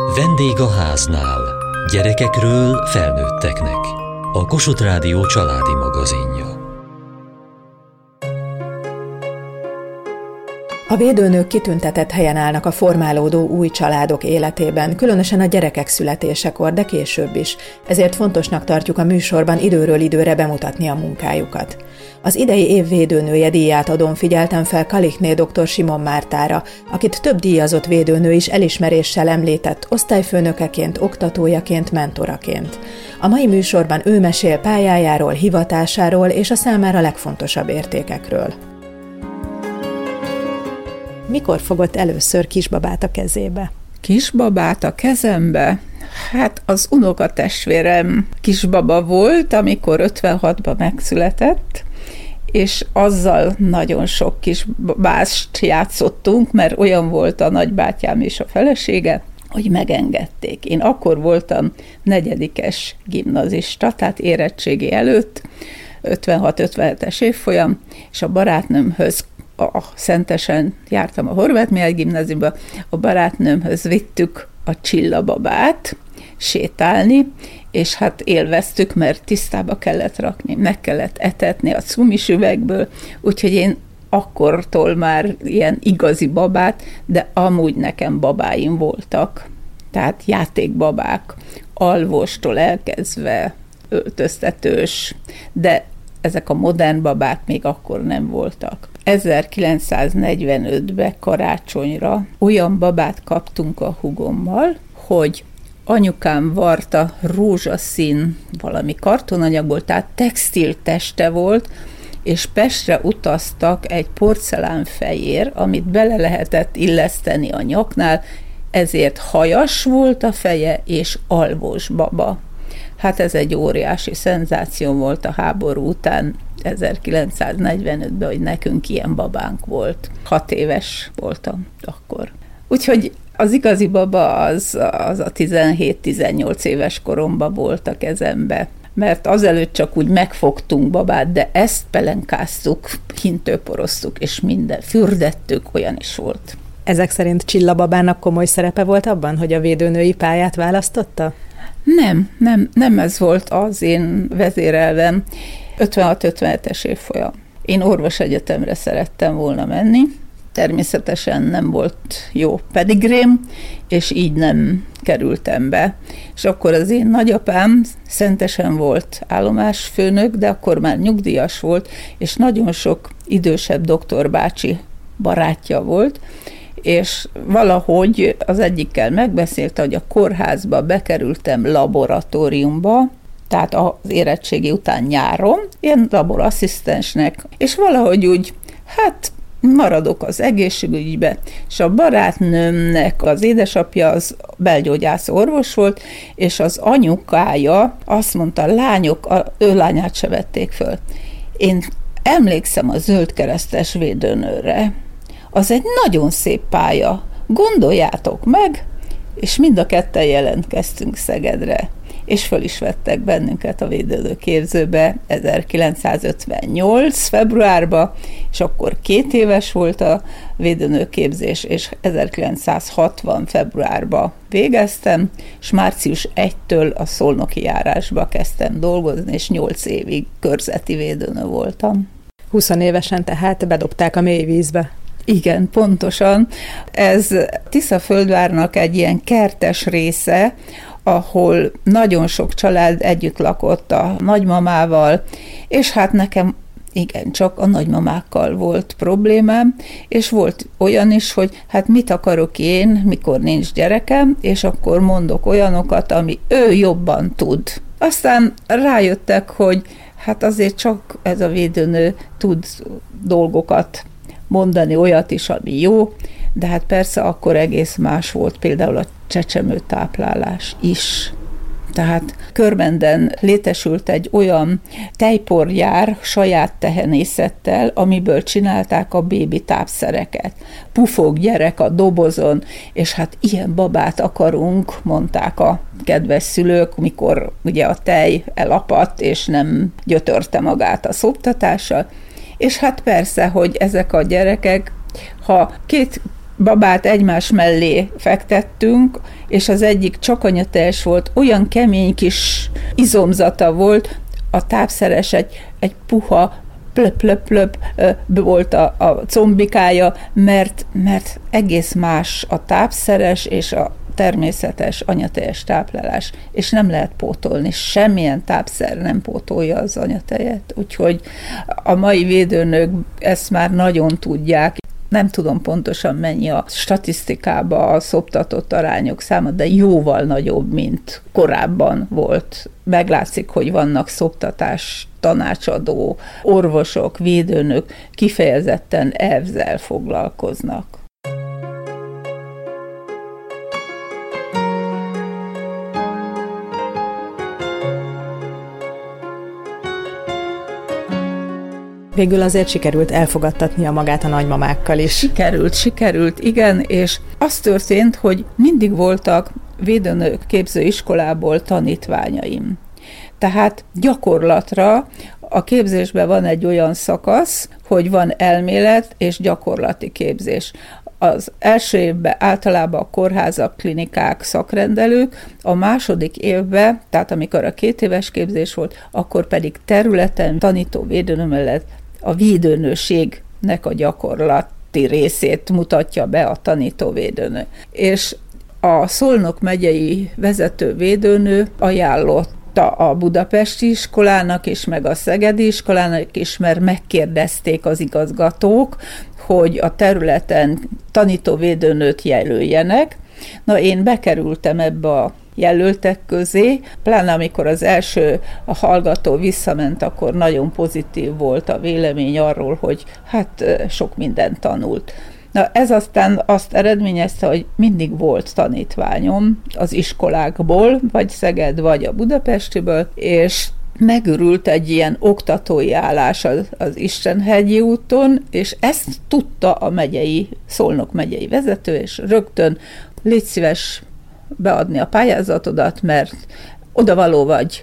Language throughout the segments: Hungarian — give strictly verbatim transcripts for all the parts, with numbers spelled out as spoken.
Vendég a háznál. Gyerekekről felnőtteknek. A Kossuth Rádió családi magazinja. A védőnők kitüntetett helyen állnak a formálódó új családok életében, különösen a gyerekek születésekor, de később is. Ezért fontosnak tartjuk a műsorban időről időre bemutatni a munkájukat. Az idei év védőnője díjátadón figyeltem fel Kalikné dr. Simon Mártára, akit több díjazott védőnő is elismeréssel említett osztályfőnökeként, oktatójaként, mentoraként. A mai műsorban ő mesél pályájáról, hivatásáról és a számára legfontosabb értékekről. Mikor fogott először kisbabát a kezébe? Kisbabát a kezembe? Hát az unokatestvérem kisbaba volt, amikor ötvenhatban megszületett, és azzal nagyon sok kisbabást játszottunk, mert olyan volt a nagybátyám és a felesége, hogy megengedték. Én akkor voltam negyedikes gimnazista, tehát érettségi előtt, ötvenhat-ötvenhetes évfolyam, és a barátnőmhöz a Szentesen jártam a Horváth Mihály gimnáziumba, a barátnőmhöz vittük a csillababát sétálni, és hát élveztük, mert tisztába kellett rakni, meg kellett etetni a cumis üvegből, úgyhogy én akkortól már ilyen igazi babát, de amúgy nekem babáim voltak, tehát játékbabák, alvostól elkezdve öltöztetős, de ezek a modern babák még akkor nem voltak. ezerkilencszáznegyvenötben karácsonyra olyan babát kaptunk a húgommal, hogy anyukám varta rózsaszín valami kartonanyagból, tehát textil teste volt, és Pestre utaztak egy porcelánfehér, amit bele lehetett illeszteni a nyaknál, ezért hajas volt a feje, és alvós baba. Hát ez egy óriási szenzáció volt a háború után, ezerkilencszáznegyvenötben, hogy nekünk ilyen babánk volt. Hat éves voltam akkor. Úgyhogy az igazi baba az, az a tizenhét-tizennyolc éves koromban volt a kezembe, mert azelőtt csak úgy megfogtunk babát, de ezt pelenkáztuk, hintőporoztuk, és minden, fürdettük, olyan is volt. Ezek szerint Csillababának komoly szerepe volt abban, hogy a védőnői pályát választotta? Nem, nem, nem ez volt az én vezérelvem. ötvenhat-ötvenhetes évfolyam. Én orvosegyetemre szerettem volna menni, természetesen nem volt jó pedigrém, és így nem kerültem be. És akkor az én nagyapám Szentesen volt állomásfőnök, de akkor már nyugdíjas volt, és nagyon sok idősebb doktorbácsi barátja volt, és valahogy az egyikkel megbeszélte, hogy a kórházba bekerültem laboratóriumba, tehát az érettségi után nyáron, ilyen laborasszisztensnek, és valahogy úgy, hát maradok az egészségügybe, és a barátnőmnek az édesapja az belgyógyász orvos volt, és az anyukája azt mondta, lányok, a, ő lányát se vették föl. Én emlékszem a zöldkeresztes védőnőre, az egy nagyon szép pálya, gondoljátok meg, és mind a ketten jelentkeztünk Szegedre, és föl is vettek bennünket a védőnőképzőbe ezerkilencszázötvennyolc februárba, és akkor két éves volt a védőnőképzés, és ezerkilencszázhatvan februárba végeztem, és március elsejétől a szolnoki járásba kezdtem dolgozni, és nyolc évig körzeti védőnő voltam. húsz évesen tehát bedobták a mély vízbe. Igen, pontosan. Ez Tiszaföldvárnak egy ilyen kertes része, ahol nagyon sok család együtt lakott a nagymamával, és hát nekem igen, csak a nagymamákkal volt problémám, és volt olyan is, hogy hát mit akarok én, mikor nincs gyerekem, és akkor mondok olyanokat, ami ő jobban tud. Aztán rájöttek, hogy hát azért csak ez a védőnő tud dolgokat mondani, olyat is, ami jó, de hát persze akkor egész más volt például a csecsemőtáplálás is. Tehát Körmenden létesült egy olyan tejporgyár saját tehenészettel, amiből csinálták a bébi tápszereket. Pufog gyerek a dobozon, és hát ilyen babát akarunk, mondták a kedves szülők, mikor ugye a tej elapadt, és nem gyötörte magát a szoptatással. És hát persze, hogy ezek a gyerekek, ha két babát egymás mellé fektettünk, és az egyik csak anyatejes volt, olyan kemény kis izomzata volt, a tápszeres egy, egy puha, plöp-plöp-plöp volt a, a combikája, mert, mert egész más a tápszeres és a természetes anyatejes táplálás, és nem lehet pótolni, semmilyen tápszer nem pótolja az anyatejet, úgyhogy a mai védőnők ezt már nagyon tudják. Nem tudom pontosan mennyi a statisztikában a szoptatott arányok száma, de jóval nagyobb, mint korábban volt. Meglátszik, hogy vannak szoptatás tanácsadó orvosok, védőnök, kifejezetten ezzel foglalkoznak. Végül azért sikerült elfogadtatnia magát a nagymamákkal is. Sikerült, sikerült, igen, és az történt, hogy mindig voltak védőnők képzőiskolából tanítványaim. Tehát gyakorlatra a képzésben van egy olyan szakasz, hogy van elmélet és gyakorlati képzés. Az első évben általában a kórházak, klinikák, szakrendelők, a második évben, tehát amikor a két éves képzés volt, akkor pedig területen tanító védőnő mellett a védőnőségnek a gyakorlati részét mutatja be a tanítóvédőnő. És a Szolnok megyei vezető védőnő ajánlotta a budapesti iskolának és meg a szegedi iskolának is, mert megkérdezték az igazgatók, hogy a területen tanítóvédőnőt jelöljenek. Na, én bekerültem ebbe a jelöltek közé, pláne amikor az első a hallgató visszament, akkor nagyon pozitív volt a vélemény arról, hogy hát sok mindent tanult. Na, ez aztán azt eredményezte, hogy mindig volt tanítványom az iskolákból, vagy Szeged, vagy a budapestiből, és megürült egy ilyen oktatói állás az, az Istenhegyi úton, és ezt tudta a megyei, Szolnok megyei vezető, és rögtön légy szíves beadni a pályázatodat, mert odavaló vagy.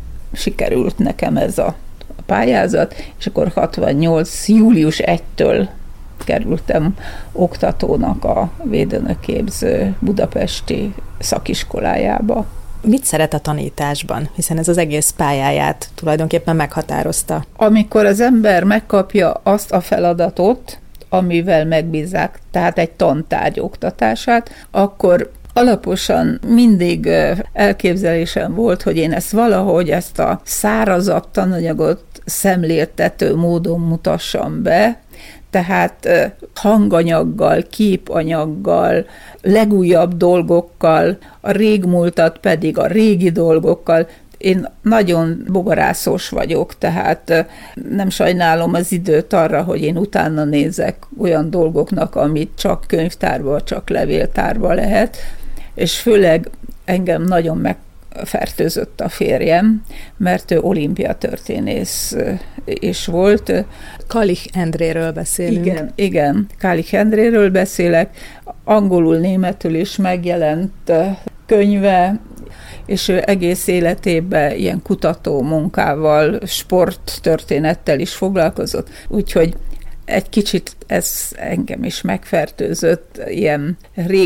Sikerült nekem ez a pályázat, és akkor hatvannyolc július elsejétől kerültem oktatónak a védőnökképző budapesti szakiskolájába. Mit szeret a tanításban? Hiszen ez az egész pályáját tulajdonképpen meghatározta. Amikor az ember megkapja azt a feladatot, amivel megbízzák, tehát egy tantárgy oktatását, akkor alaposan mindig elképzelésem volt, hogy én ezt valahogy, ezt a szárazabb tananyagot szemléltető módon mutassam be, tehát hanganyaggal, képanyaggal, legújabb dolgokkal, a régmúltat pedig a régi dolgokkal. Én nagyon bogarászos vagyok, tehát nem sajnálom az időt arra, hogy én utána nézek olyan dolgoknak, amit csak könyvtárban, csak levéltárban lehet, és főleg engem nagyon megfertőzött a férjem, mert ő olimpiatörténész is volt. Kalich Endréről beszélünk. Igen, igen, Kalich Endréről beszélek. Angolul, németül is megjelent könyve, és ő egész életében ilyen kutató munkával, sporttörténettel is foglalkozott, úgyhogy egy kicsit ez engem is megfertőzött ilyen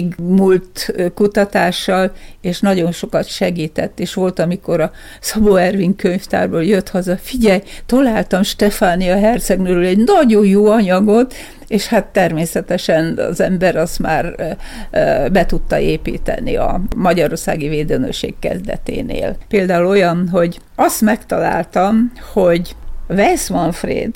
régmúlt kutatással, és nagyon sokat segített, és volt, amikor a Szabó Ervin könyvtárból jött haza, figyelj, találtam Stefánia hercegnőről egy nagyon jó anyagot, és hát természetesen az ember azt már be tudta építeni a Magyarországi Védőnőség kezdeténél. Például olyan, hogy azt megtaláltam, hogy Weiss Manfréd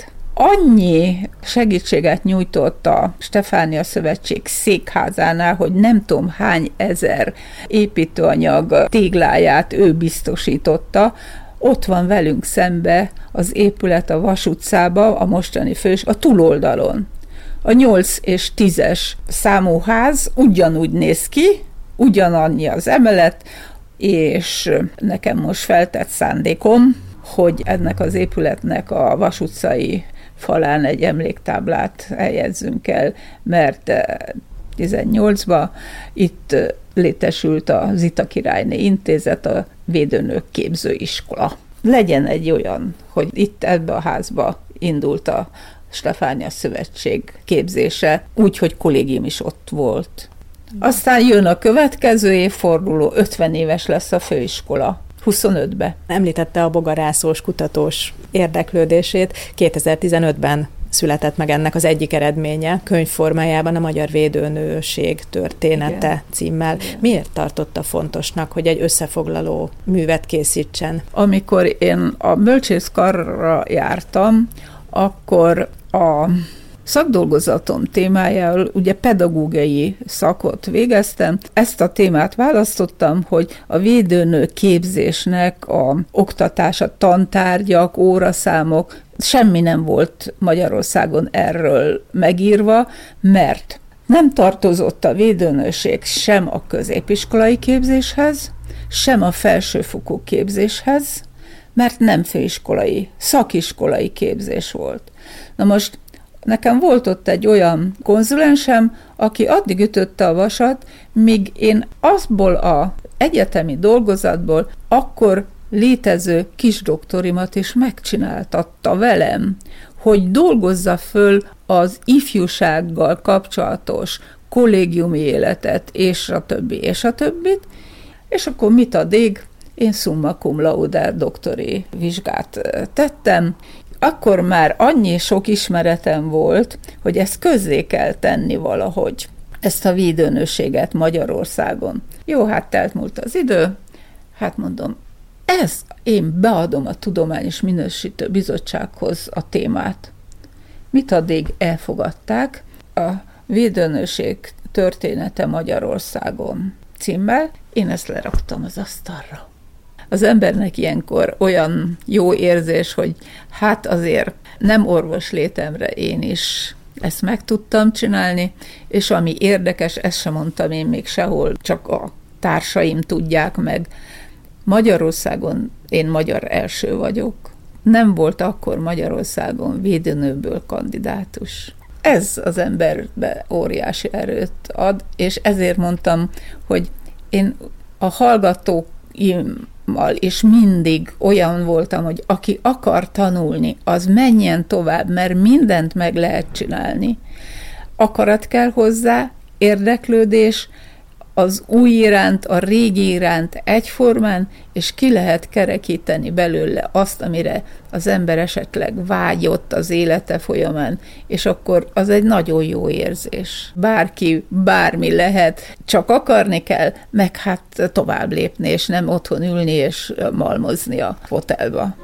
annyi segítséget nyújtott a Stefánia Szövetség székházánál, hogy nem tudom hány ezer építőanyag tégláját ő biztosította. Ott van velünk szembe az épület a Vas utcába, a mostani fős, a túloldalon. A nyolc és tízes számú ház ugyanúgy néz ki, ugyanannyi az emelet, és nekem most feltett szándékom, hogy ennek az épületnek a Vas utcai falán egy emléktáblát helyezzünk el, mert tizennyolcban itt létesült a Zita Királyné Intézet, a Védőnők Képzőiskola. Legyen egy olyan, hogy itt ebbe a házba indult a Stefánia Szövetség képzése, úgyhogy kollégium is ott volt. Aztán jön a következő évforduló, ötven éves lesz a főiskola. huszonötbe. Említette a bogarászós, kutatós érdeklődését. kétezer-tizenötben született meg ennek az egyik eredménye, könyvformájában a Magyar Védőnőség története Igen. címmel. Igen. Miért tartotta fontosnak, hogy egy összefoglaló művet készítsen? Amikor én a bölcsészkarra jártam, akkor a szakdolgozatom témájául ugye pedagógiai szakot végeztem. Ezt a témát választottam, hogy a védőnő képzésnek a oktatása, tantárgyak, óraszámok, semmi nem volt Magyarországon erről megírva, mert nem tartozott a védőnőség sem a középiskolai képzéshez, sem a felsőfokú képzéshez, mert nem főiskolai, szakiskolai képzés volt. Na most nekem volt ott egy olyan konzulensem, aki addig ütötte a vasat, míg én azból az egyetemi dolgozatból akkor létező kisdoktorimat is megcsináltatta velem, hogy dolgozza föl az ifjúsággal kapcsolatos kollégiumi életet, és a többi, és a többit, és akkor mit addig? Én summa cum laude doktori vizsgát tettem. Akkor már annyi sok ismeretem volt, hogy ezt közzé kell tenni valahogy, ezt a védőnőséget Magyarországon. Jó, hát telt múlt az idő, hát mondom, ezt én beadom a Tudományos Minősítő Bizottsághoz a témát. Mit addig elfogadták? A Védőnőség története Magyarországon címmel, én ezt leraktam az asztalra. Az embernek ilyenkor olyan jó érzés, hogy hát azért nem orvos létemre én is ezt meg tudtam csinálni, és ami érdekes, ezt sem mondtam én még sehol, csak a társaim tudják meg. Magyarországon én magyar első vagyok. Nem volt akkor Magyarországon védőnőből kandidátus. Ez az emberbe óriási erőt ad, és ezért mondtam, hogy én a hallgatóim és mindig olyan voltam, hogy aki akar tanulni, az menjen tovább, mert mindent meg lehet csinálni. Akarat kell hozzá, érdeklődés, az új iránt, a régi iránt egyformán, és ki lehet kerekíteni belőle azt, amire az ember esetleg vágyott az élete folyamán, és akkor az egy nagyon jó érzés. Bárki, bármi lehet, csak akarni kell, meg hát tovább lépni, és nem otthon ülni és malmozni a fotelba.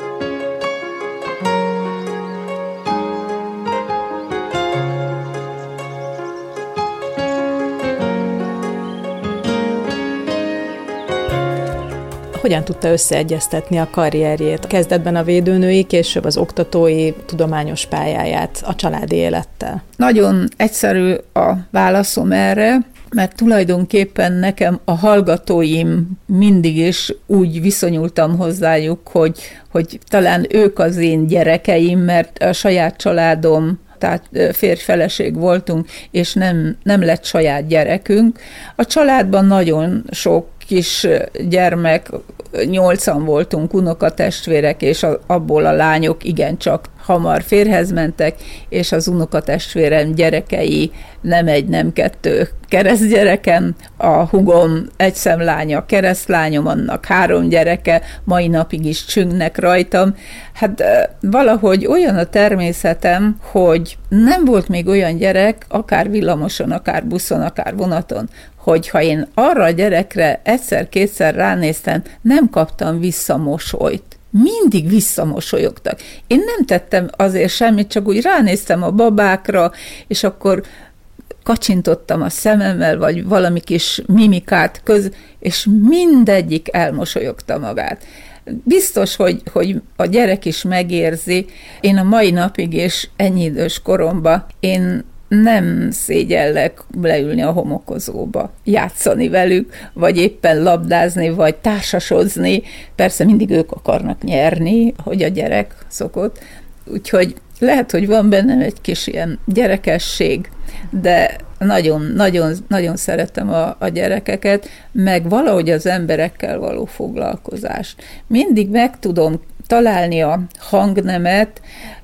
Hogyan tudta összeegyeztetni a karrierjét, kezdetben a védőnői, később az oktatói, tudományos pályáját a családi élettel? Nagyon egyszerű a válaszom erre, mert tulajdonképpen nekem a hallgatóim mindig is úgy viszonyultam hozzájuk, hogy, hogy talán ők az én gyerekeim, mert a saját családom, tehát férj-feleség voltunk, és nem, nem lett saját gyerekünk. A családban nagyon sok kis gyermek, nyolcan voltunk unokatestvérek, és abból a lányok igencsak hamar férjhez mentek, és az unokatestvérem gyerekei nem egy, nem kettő keresztgyerekem, a hugom egyszemlánya, keresztlányom, annak három gyereke, mai napig is csüngnek rajtam. Hát valahogy olyan a természetem, hogy nem volt még olyan gyerek, akár villamoson, akár buszon, akár vonaton, hogy ha én arra a gyerekre egyszer-kétszer ránéztem, nem kaptam vissza mosolyt. Mindig visszamosolyogtak. Én nem tettem azért semmit, csak úgy ránéztem a babákra, és akkor kacsintottam a szememmel, vagy valami kis mimikát köz, és mindegyik elmosolyogta magát. Biztos, hogy, hogy a gyerek is megérzi. Én a mai napig és ennyi idős koromban én nem szégyellek leülni a homokozóba, játszani velük, vagy éppen labdázni, vagy társasozni. Persze mindig ők akarnak nyerni, hogy a gyerek szokott. Úgyhogy lehet, hogy van bennem egy kis ilyen gyerekesség, de nagyon, nagyon, nagyon szeretem a, a gyerekeket, meg valahogy az emberekkel való foglalkozást. Mindig meg tudom találni a hangnemet,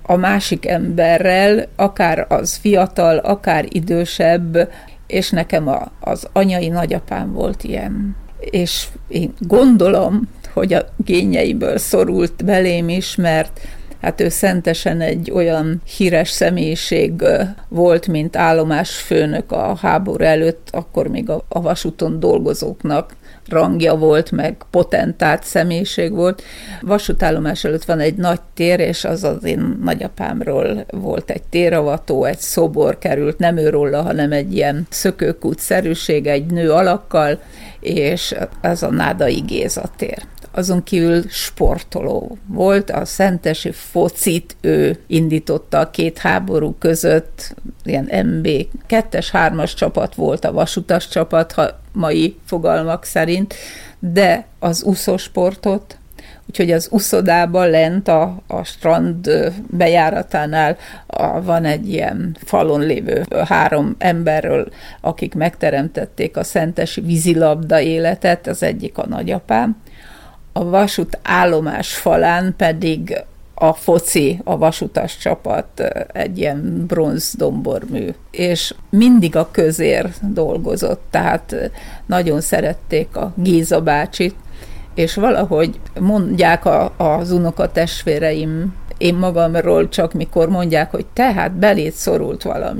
a másik emberrel, akár az fiatal, akár idősebb, és nekem a, az anyai nagyapám volt ilyen. És én gondolom, hogy a génjeiből szorult belém is, mert hát ő szentesen egy olyan híres személyiség volt, mint állomásfőnök a háború előtt, akkor még a, a vasúton dolgozóknak rangja volt, meg potentát személyiség volt. Vasútállomás előtt van egy nagy tér, és az az én nagyapámról volt egy téravató, egy szobor került, nem őróla, hanem egy ilyen szökőkút-szerűség, egy nő alakkal, és az a Nádai Géza tér. Azon kívül sportoló volt, a szentesi focit ő indította a két háború között, ilyen em bé kettes, hármas csapat volt a vasutas csapat, ha mai fogalmak szerint, de az úszósportot, úgyhogy az úszodában lent a, a strand bejáratánál a, van egy ilyen falon lévő három emberről, akik megteremtették a szentesi vízilabda életet, az egyik a nagyapám, a vasút állomás falán pedig a foci, a vasutas csapat egy ilyen bronzdombormű, és mindig a közér dolgozott, tehát nagyon szerették a Géza bácsit, és valahogy mondják a, az unokatestvéreim, én magamról csak mikor mondják, hogy tehát belét szorult valami.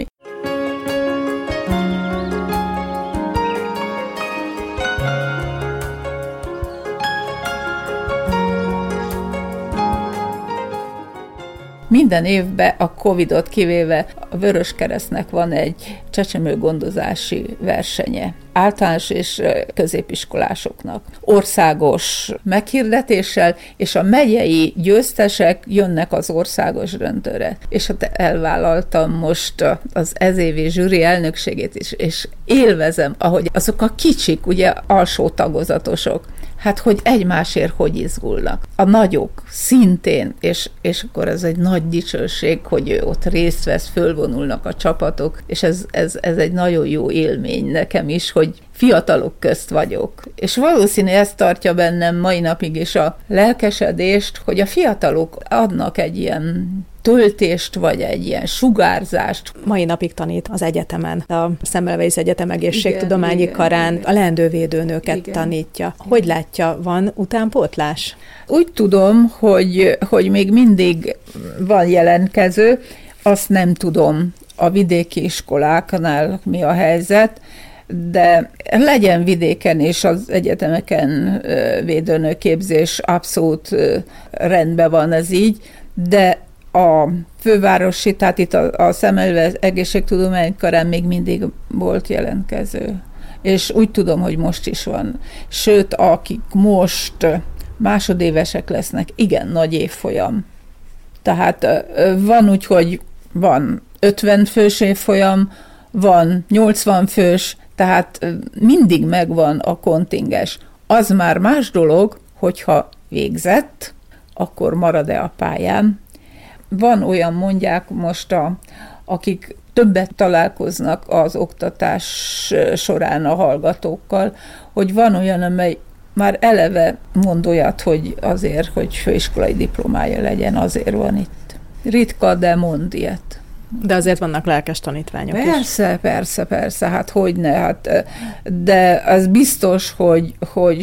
Minden évben a Covidot kivéve a Vöröskeresztnek van egy csecsemőgondozási versenye. Általános és középiskolásoknak. Országos meghirdetéssel, és a megyei győztesek jönnek az országos döntőre. És hát elvállaltam most az ezévi zsűri elnökségét is, és élvezem, ahogy azok a kicsik, ugye alsó tagozatosok, hát hogy egymásért hogy izgulnak. A nagyok szintén, és, és akkor ez egy nagy dicsőség, hogy ő ott részt vesz, fölvonulnak a csapatok, és ez, ez, ez egy nagyon jó élmény nekem is, hogy fiatalok közt vagyok. És valószínű ezt tartja bennem mai napig is a lelkesedést, hogy a fiatalok adnak egy ilyen töltést, vagy egy ilyen sugárzást. Mai napig tanít az egyetemen, a Semmelweis Egyetem egészségtudományi igen, karán igen, a leendővédőnőket igen, tanítja. Hogy látja, van utánpótlás? Úgy tudom, hogy, hogy még mindig van jelentkező, azt nem tudom a vidéki iskoláknál mi a helyzet, de legyen vidéken és az egyetemeken védőnőképzés abszolút rendben van ez így, de a fővárosi, tehát itt a, a Semmelweis egészségtudományi karán még mindig volt jelentkező. És úgy tudom, hogy most is van. Sőt, akik most másodévesek lesznek, igen, nagy évfolyam. Tehát van úgy, hogy van ötven fős évfolyam, van nyolcvan fős, tehát mindig megvan a kontingens. Az már más dolog, hogyha végzett, akkor marad-e a pályán. Van olyan, mondják most, a, akik többet találkoznak az oktatás során a hallgatókkal, hogy van olyan, amely már eleve mond olyat, hogy azért, hogy főiskolai diplomája legyen, azért van itt. Ritka, de mond ilyet. De azért vannak lelkes tanítványok persze, is. Persze, persze, persze, hát hogyne, hát, de az biztos, hogy, hogy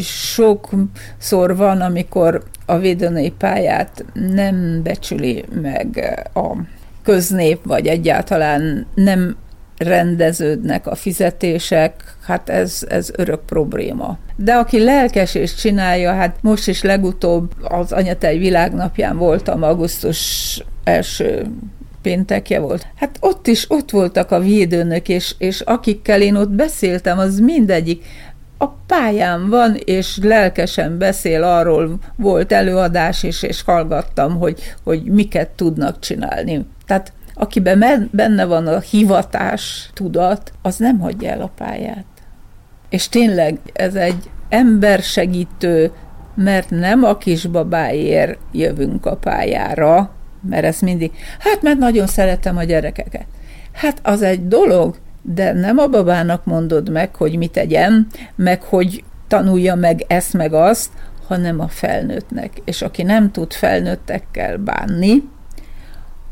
sokszor van, amikor a védőnői pályát nem becsüli meg a köznép, vagy egyáltalán nem rendeződnek a fizetések, hát ez, ez örök probléma. De aki lelkes és csinálja, hát most is legutóbb az Anyatej világnapján voltam, augusztus első péntekje volt. Hát ott is, ott voltak a védőnök, és, és akikkel én ott beszéltem, az mindegyik a pályán van, és lelkesen beszél arról, volt előadás is, és hallgattam, hogy, hogy miket tudnak csinálni. Tehát akiben benne van a hivatás, tudat, az nem hagyja el a pályát. És tényleg ez egy embersegítő, mert nem a kisbabáért jövünk a pályára, mert ez mindig, hát mert nagyon szeretem a gyerekeket. Hát az egy dolog, de nem a babának mondod meg, hogy mit tegyen, meg hogy tanulja meg ezt meg azt, hanem a felnőttnek. És aki nem tud felnőttekkel bánni,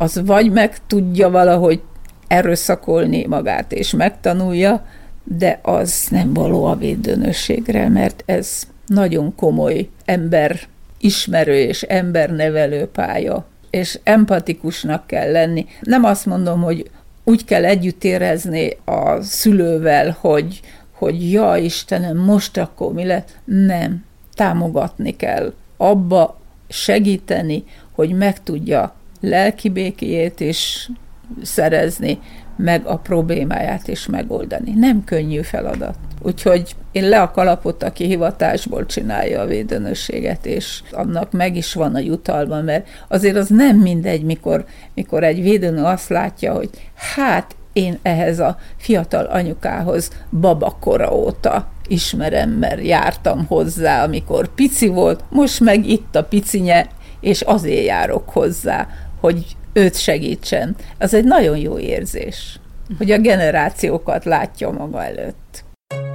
az vagy meg tudja valahogy erőszakolni magát, és megtanulja, de az nem való a védőnösségre, mert ez nagyon komoly ember ismerő és embernevelő pálya, és empatikusnak kell lenni. Nem azt mondom, hogy úgy kell együtt érezni a szülővel, hogy, hogy ja Istenem, most akkor mi lett? Nem. Támogatni kell. Abba segíteni, hogy meg tudja lelki békéjét is szerezni, meg a problémáját is megoldani. Nem könnyű feladat. Úgyhogy én le a kalapot, aki hivatásból csinálja a védőnösséget, és annak meg is van a jutalma, mert azért az nem mindegy, mikor, mikor egy védőnő azt látja, hogy hát én ehhez a fiatal anyukához babakora óta ismerem, mert jártam hozzá, amikor pici volt, most meg itt a picinye, és azért járok hozzá, hogy őt segítsen. Az egy nagyon jó érzés, hogy a generációkat látja maga előtt.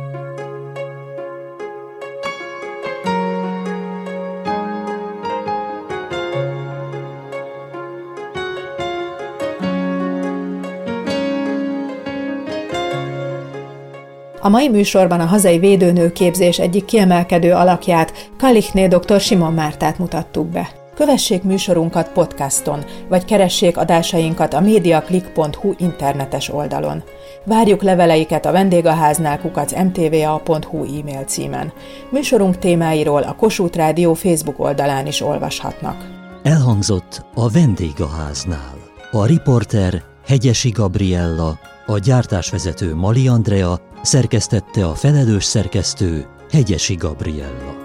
A mai műsorban a hazai védőnőképzés egyik kiemelkedő alakját, Kalichné dr. Simon Mártát mutattuk be. Kövessék műsorunkat podcaston, vagy keressék adásainkat a mediaclick pont hu internetes oldalon. Várjuk leveleiket a vendégháznál kukac em té vé á pont hu e-mail címen. Műsorunk témáiról a Kossuth Rádió Facebook oldalán is olvashatnak. Elhangzott a vendégháznál. A riporter Hegyesi Gabriella, a gyártásvezető Mali Andrea, szerkesztette a felelős szerkesztő Hegyesi Gabriella.